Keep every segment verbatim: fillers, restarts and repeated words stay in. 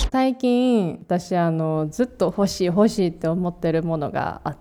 最近私あのずっと欲しい欲しいって思ってるものがあって、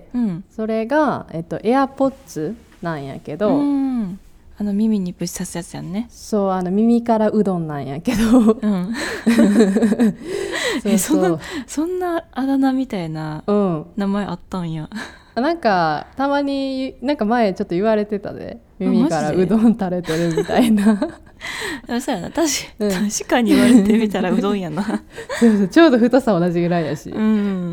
うん、それが、えっと、AirPods なんやけど、 うんあの耳にぶち刺すやつやんね。 そうあの耳からうどんなんやけど、うん、 そうそうそんなそんなあだ名みたいな名前あったんや、 うん、なんかたまになんか前ちょっと言われてたで、耳からうどん垂れてるみたいなそうやな 確, うん、確かに言われてみたらうどんやなそうそうちょうど太さ同じぐらいやし、 うん、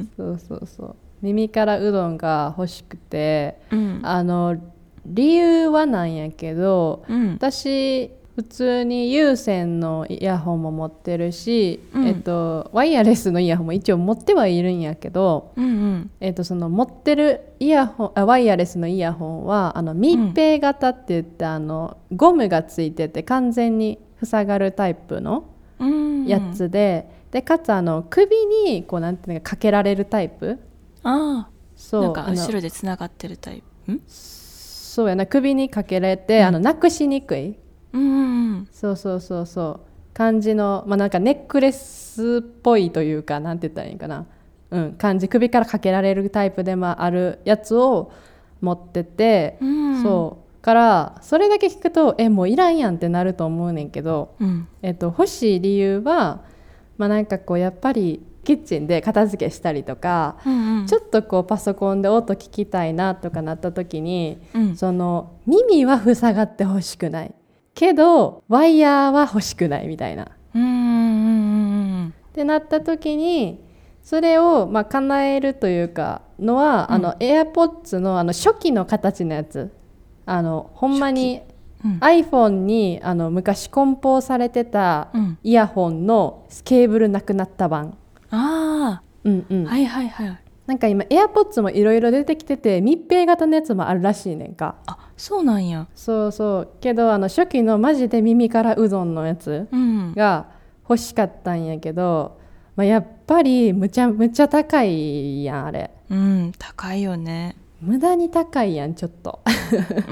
そうそうそう耳からうどんが欲しくて、うん、あの理由はなんやけど、うん、私普通に有線のイヤホンも持ってるし、うんえっと、ワイヤレスのイヤホンも一応持ってはいるんやけど、うんうんえっと、その持ってるイヤホンあワイヤレスのイヤホンはあの密閉型って言って、うん、あのゴムがついてて完全に塞がるタイプのやつで、うん、でかつあの首にこうなんていうのかかけられるタイプ。 ああそうなんか後ろでつながってるタイプんそうやな首にかけられて、うん、あのなくしにくい、うんうん、そうそうそうそう感じの、まあ、なんかネックレスっぽいというかなんて言ったらいいかな、うん、感じ首からかけられるタイプでもあるやつを持ってて、うん、そうからそれだけ聞くとえもういらんやんってなると思うねんけど、うんえっと、欲しい理由は、まあ、なんかこうやっぱりキッチンで片付けしたりとか、うんうん、ちょっとこうパソコンで音聞きたいなとかなった時に、うん、その耳は塞がってほしくないけどワイヤーは欲しくないみたいな、うんうんうん、ってなった時にそれをまあ叶えるというかのは、うん、あの AirPods の, あの初期の形のやつあのほんまに、うん、iPhone にあの昔梱包されてたイヤホンのケーブルなくなった版、 ああ、うんうん、はいはいはい。 なんか今 AirPods もいろいろ出てきてて密閉型のやつもあるらしいねんか。 あ、そうなんや。 そうそうけどあの初期のマジで耳からうどんのやつが欲しかったんやけど、まあ、やっぱりむちゃむちゃ高いやんあれ。 うん高いよね。 無駄に高いやんちょっと、うん、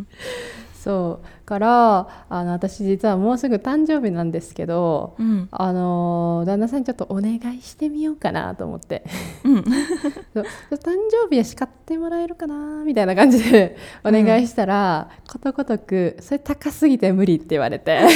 そうからあの私実はもうすぐ誕生日なんですけど、うん、あの旦那さんにちょっとお願いしてみようかなと思って、うん、そう誕生日やし買ってもらえるかなみたいな感じでお願いしたら、うん、ことごとくそれ高すぎて無理って言われて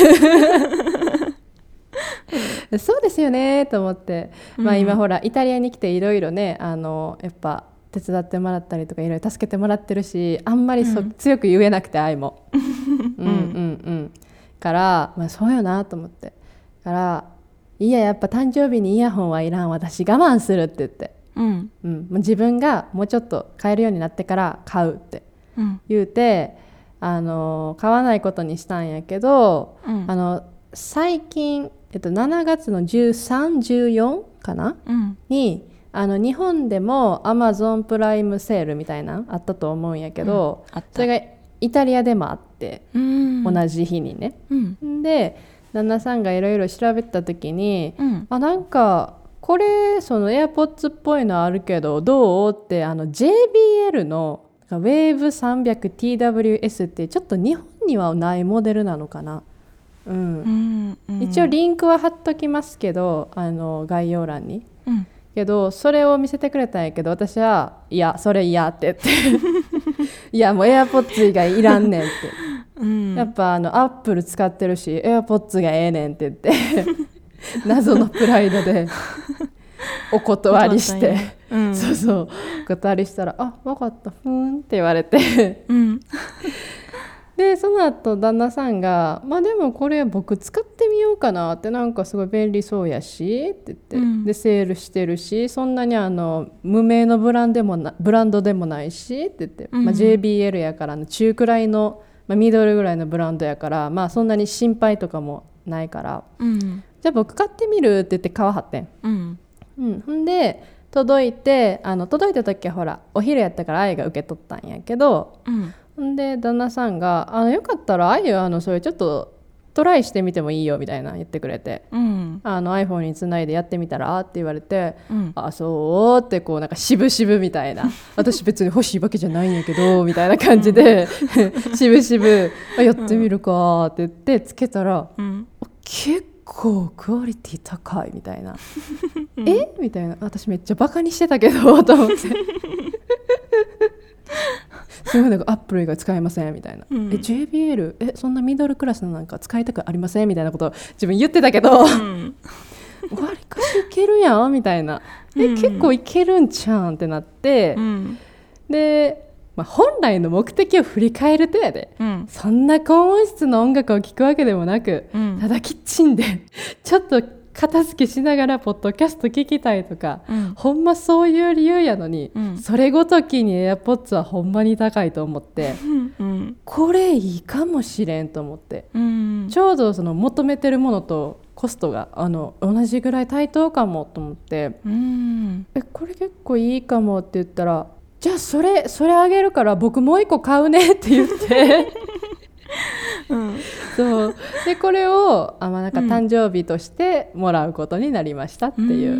そうですよねと思って、うんまあ、今ほらイタリアに来ていろいろねあのやっぱ手伝ってもらったりとかいろいろ助けてもらってるしあんまりそ、うん、強く言えなくて愛もうんうんうんから、まあ、そうよなと思ってからいややっぱ誕生日にイヤホンはいらん私我慢するって言って、うんうん、自分がもうちょっと買えるようになってから買うって言うて、うん、あの買わないことにしたんやけど、うん、あの最近、えっと、しちがつのじゅうさん、じゅうよんかな、うん、にあの日本でも Amazon プライムセールみたいなあったと思うんやけど、うん、それがイタリアでもあって同じ日にね、うん、で旦那さんがいろいろ調べた時に、うん、あなんかこれその AirPods っぽいのあるけどどうってあの ジェイビーエル の ウェーブさんびゃくティーダブリューエス ってちょっと日本にはないモデルなのかな、うんうんうん、一応リンクは貼っときますけどあの概要欄に、うんけどそれを見せてくれたんやけど私はいやそれ嫌って言っていやもう AirPods 以外いらんねんって、うん、やっぱあの Apple 使ってるし AirPods がええねんって言って謎のプライドでお断りして、うん、そうそうお断りしたらあ分かったふーんって言われて、うんでその後旦那さんがまあでもこれ僕使ってみようかなってなんかすごい便利そうやしって言って、うん、でセールしてるしそんなにあの無名のブランドでもなブランドでもないしって言って、うんまあ、ジェイビーエル やからの中くらいの、まあ、ミドルぐらいのブランドやからまあそんなに心配とかもないから、うん、じゃあ僕買ってみるって言って買わはってん、うんうん、ほんで届いてあの届いた時はほらお昼やったから愛が受け取ったんやけど、うんで旦那さんがあのよかったらあゆあのそれちょっとトライしてみてもいいよみたいな言ってくれて、うん、あの iPhone につないでやってみたらって言われて、うん、あそうってこうなんか渋々みたいな私別に欲しいわけじゃないんやけどみたいな感じで、うん、渋々やってみるかって言ってつけたら、うん、結構クオリティ高いみたいな、うん、えみたいな、私めっちゃバカにしてたけどと思ってすごいなんかアップル以外使えませんみたいな、うん、え ジェイビーエル えそんなミドルクラスのなんか使いたくありませんみたいなことを自分言ってたけど、うん、わりかしいけるやんみたいな、え、うん、結構いけるんちゃうんってなって、うん、で、まあ、本来の目的を振り返るとやで、うん、そんな高音質の音楽を聴くわけでもなく、うん、ただキッチンでちょっと片付けしながらポッドキャスト聞きたいとか、うん、ほんまそういう理由やのに、うん、それごときに AirPods はほんまに高いと思って、うんうん、これいいかもしれんと思って、うん、ちょうどその求めてるものとコストがあの同じぐらい対等かもと思って、うん、えこれ結構いいかもって言ったら、じゃあそれそれあげるから僕もう一個買うねって言ってうん、そうでこれをあ、まあ、なんか誕生日としてもらうことになりましたっていう、うん、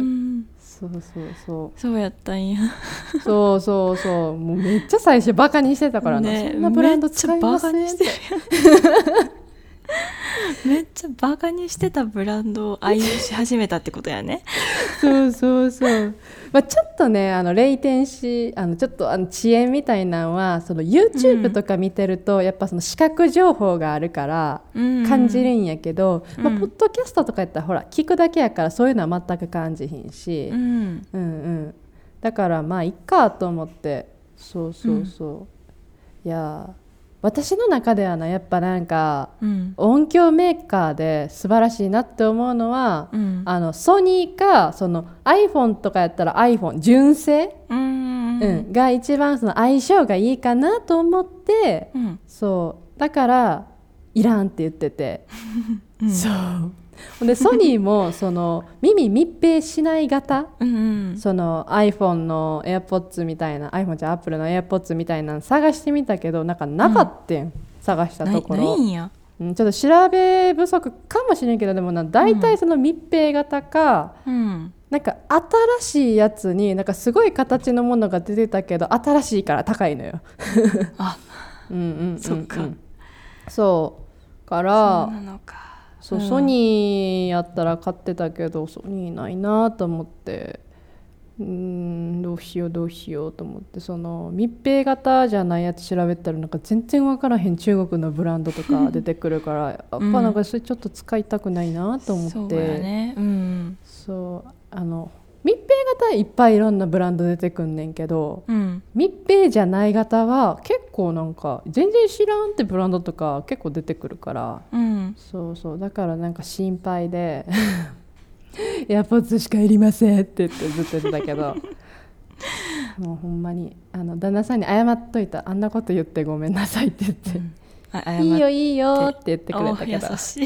そうそうそうそうやったんやそうそうそうもうめっちゃ最初バカにしてたからな、ね、そんなブランド使いませんってめっちゃバカにしてたブランドを愛用し始めたってことやねそうそうそう、まあ、ちょっとねあのレイテンシーあのちょっとあの遅延みたいなのはその YouTube とか見てると、うん、やっぱその視覚情報があるから感じるんやけど、うんまあ、ポッドキャストとかやったらほら聞くだけやからそういうのは全く感じひんし、うんうんうん、だからまあいっかと思って、そうそうそう、うん、いや私の中ではなやっぱなんか、うん、音響メーカーで素晴らしいなって思うのは、うん、あのソニーかその iPhone とかやったら iPhone 純正、うんうん、が一番その相性がいいかなと思って、うん、そうだからいらんって言ってて、うん、そうでソニーもその耳密閉しない型うん、うん、その iPhone の AirPods みたいな iPhone じゃ Apple の AirPods みたいなの探してみたけどなんかなかったん、うん、探したところな, ないんや、 うん、ちょっと調べ不足かもしれんけどでもな大体その密閉型か、うん、なんか新しいやつになんかすごい形のものが出てたけど新しいから高いのよあうんうんうん、うん、そっかそうからそうなのかそう、うん、ソニーやったら買ってたけどソニーないなと思ってうーんどうしようどうしようと思ってその密閉型じゃないやつ調べたらなんか全然分からへん中国のブランドとか出てくるからやっぱなんかそれちょっと使いたくないなと思って、うん、そうやね、うん、そうあの密閉型いっぱいいろんなブランド出てくんねんけど、うん、密閉じゃない型は結構なんか全然知らんってブランドとか結構出てくるから、うん、そうそうだからなんか心配でエアポッツしかいりませんって言ってずっと言ってたけどもうほんまにあの旦那さんに謝っといたあんなこと言ってごめんなさいって言って、うん、いいよいいよって言ってくれたけど優しい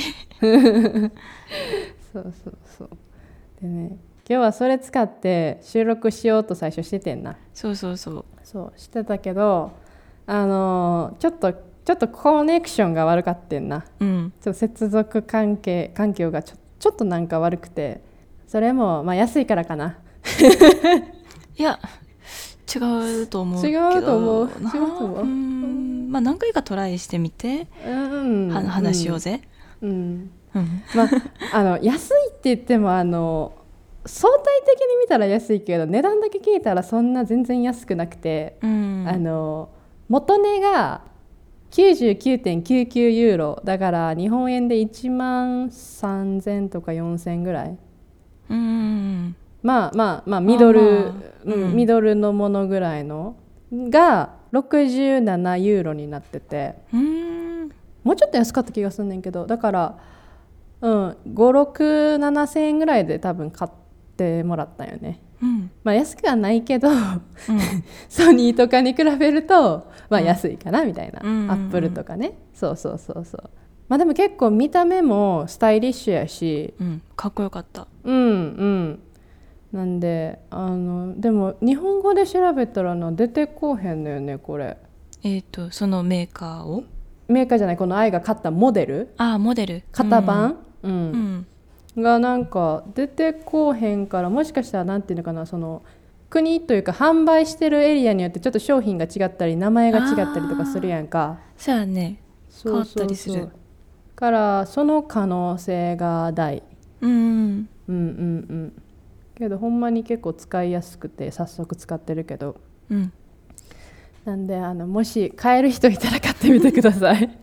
そうそうそうでね今日はそれ使って収録しようと最初しててんなそうそうそうそうしてたけどあのー、ちょっとちょっとコネクションが悪かってんな、うん、ちょっと接続関係環境がちょ、ちょっとなんか悪くてそれもまあ安いからかないや違うと思うけど違うと思う違うと思ううんまあ何回かトライしてみて、うん、は話しようぜ、うんうん、まああの安いって言ってもあの相対的に見たら安いけど値段だけ聞いたらそんな全然安くなくて、うん、あの元値が きゅうじゅうきゅうてんきゅうきゅう ユーロだから日本円でいちまんさんぜんとかよんせんぐらい、うん、まあまあまあミドル、まあまあうん、ミドルのものぐらいのがろくじゅうななユーロになってて、うん、もうちょっと安かった気がするんねんけどだから、うん、ご、ろく、ななせんえんぐらいで多分買ってもらったよね、うんまあ、安くはないけど、うん、ソニーとかに比べると、まあ、安いかなみたいな、うん、アップルとかねそうそうそうそうまあでも結構見た目もスタイリッシュやし、 うん、かっこよかったうんうんなんであのでも日本語で調べたらな出てこうへんのよねこれえっとそのメーカーをメーカーじゃないこの愛が買ったモデルあモデル型番、うんうんうんがなんか出てこうへんからもしかしたらなんていうのかなその国というか販売してるエリアによってちょっと商品が違ったり名前が違ったりとかするやんかそうやね変わったりするからその可能性が大うん、うん、 うんうんけどほんまに結構使いやすくて早速使ってるけど、 うん、 なんであのもし買える人いたら買ってみてください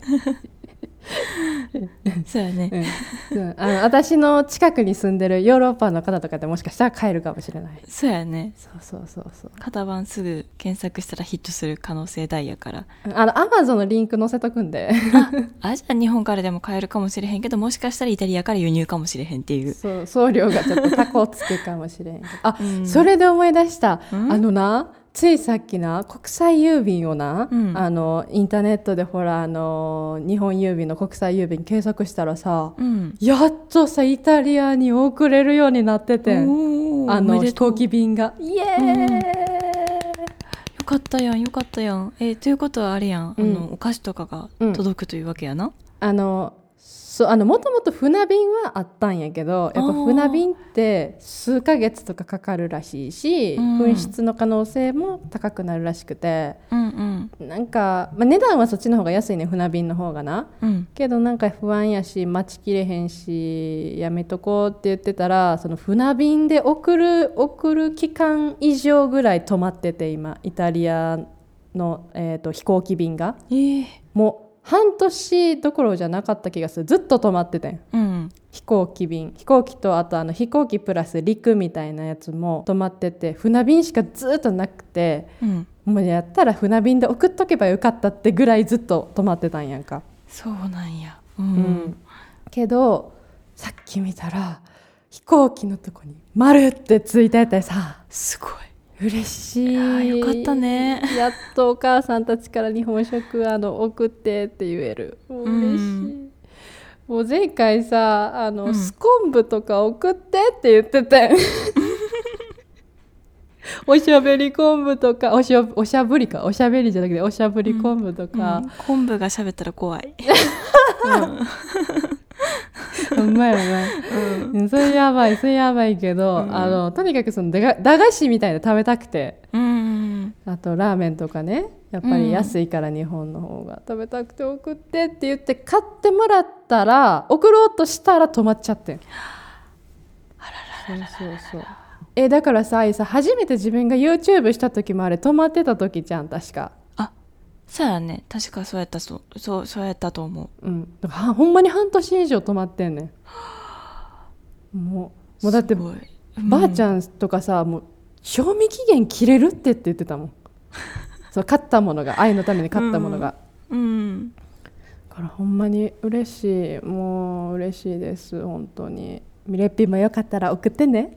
そうやね、 うんうん、あの私の近くに住んでるヨーロッパの方とかでもしかしたら買えるかもしれない。 そうやね。 そうそうそうそう、 型番すぐ検索したらヒットする可能性大やから、 あのアマゾンのリンク載せとくんでああじゃあ日本からでも買えるかもしれへんけど、もしかしたらイタリアから輸入かもしれへんっていう、 そう送料がちょっとタコつくかもしれへんけどあ、うん、それで思い出した、うん、あのなついさっきな国際郵便をな、うん、あのインターネットでほらあの日本郵便の国際郵便検索したらさ、うん、やっとさイタリアに送れるようになってて、あの飛行機便がイエーイ、うん、よかったやんよかったやん。えー、ということはあれやん、うん、あのお菓子とかが届くというわけやな、うん、 あのそうあのもともと船便はあったんやけど、やっぱ船便って数ヶ月とかかかるらしいし、うん、紛失の可能性も高くなるらしくて、うんうん、なんか、まあ、値段はそっちの方が安いね、船便の方がな、うん、けどなんか不安やし待ちきれへんしやめとこうって言ってたら、その船便で送る送る期間以上ぐらい止まってて、今イタリアの、えーと、飛行機便が、えー、もう半年どころじゃなかった気がする。ずっと止まっててん、うん、飛行機便飛行機とあとあの飛行機プラス陸みたいなやつも止まってて、船便しかずっとなくて、うん、もうやったら船便で送っとけばよかったってぐらいずっと止まってたんやんか。 そうなんや、うんうん、けどさっき見たら飛行機のとこに丸ってついててさ、 すごい嬉しい。いよかったね。 やっとお母さんたちから日本食あの送ってって言える。もう嬉しい、うん、もう前回さあの、うん、ス昆布とか送ってって言ってておしゃべり昆布とか おしゃ、おしゃぶりかおしゃべりじゃなくておしゃぶり昆布とか、うんうん、 昆布が喋ったら怖いうまいな、うん、それやばいそれやばいけど、うん、あのとにかくその駄菓子みたいなの食べたくて、うん、あとラーメンとかね、やっぱり安いから日本の方が食べたくて送ってって言って買ってもらったら、送ろうとしたら止まっちゃってん。 あらららららら、 そうそうそう、えだからさ初めて自分が YouTube した時もあれ止まってた時じゃん確か。 あ、そうやね、確かそうやったそう、そう、そうやったと思う、 うん、だからほんまに半年以上止まってんねん。もう、もうだって、うん、ばあちゃんとかさもう賞味期限切れるってって言ってたもんそう買ったものが愛のために買ったものが、うんうん、だからほんまに嬉しい、もう嬉しいです本当に。ミレッピもよかったら送ってね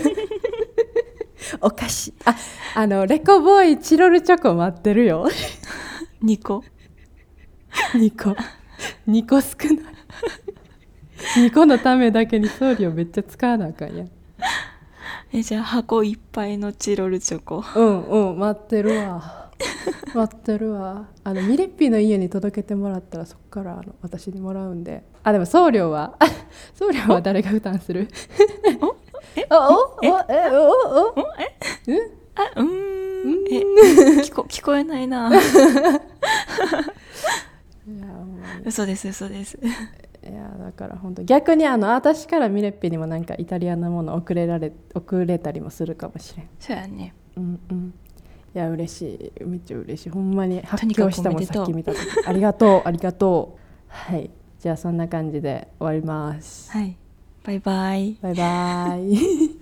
お菓子、あ、あのレコボーイチロルチョコ待ってるよにこにこにこ少ないにこのためだけに送料めっちゃ使わなあかんやん。 えじゃあ箱いっぱいのチロルチョコ、 うんうん待ってるわ待ってるわ。あのミレッピの家に届けてもらったらそこからあの私にもらうんで。あでも送料は送料は誰が負担するおえおおええおおええあうーんえ聞こ聞こえないな嘘です嘘です。 いやだから本当逆にあの私からミレッピにもなんかイタリアのもの送れられ送れたりもするかもしれん。 そうやね。 うんうん。いや嬉しい、めっちゃ嬉しい、ほんまに発狂したもんさっき見た時ありがとうありがとう。はいじゃあそんな感じで終わります。 はいバイバイバイバイ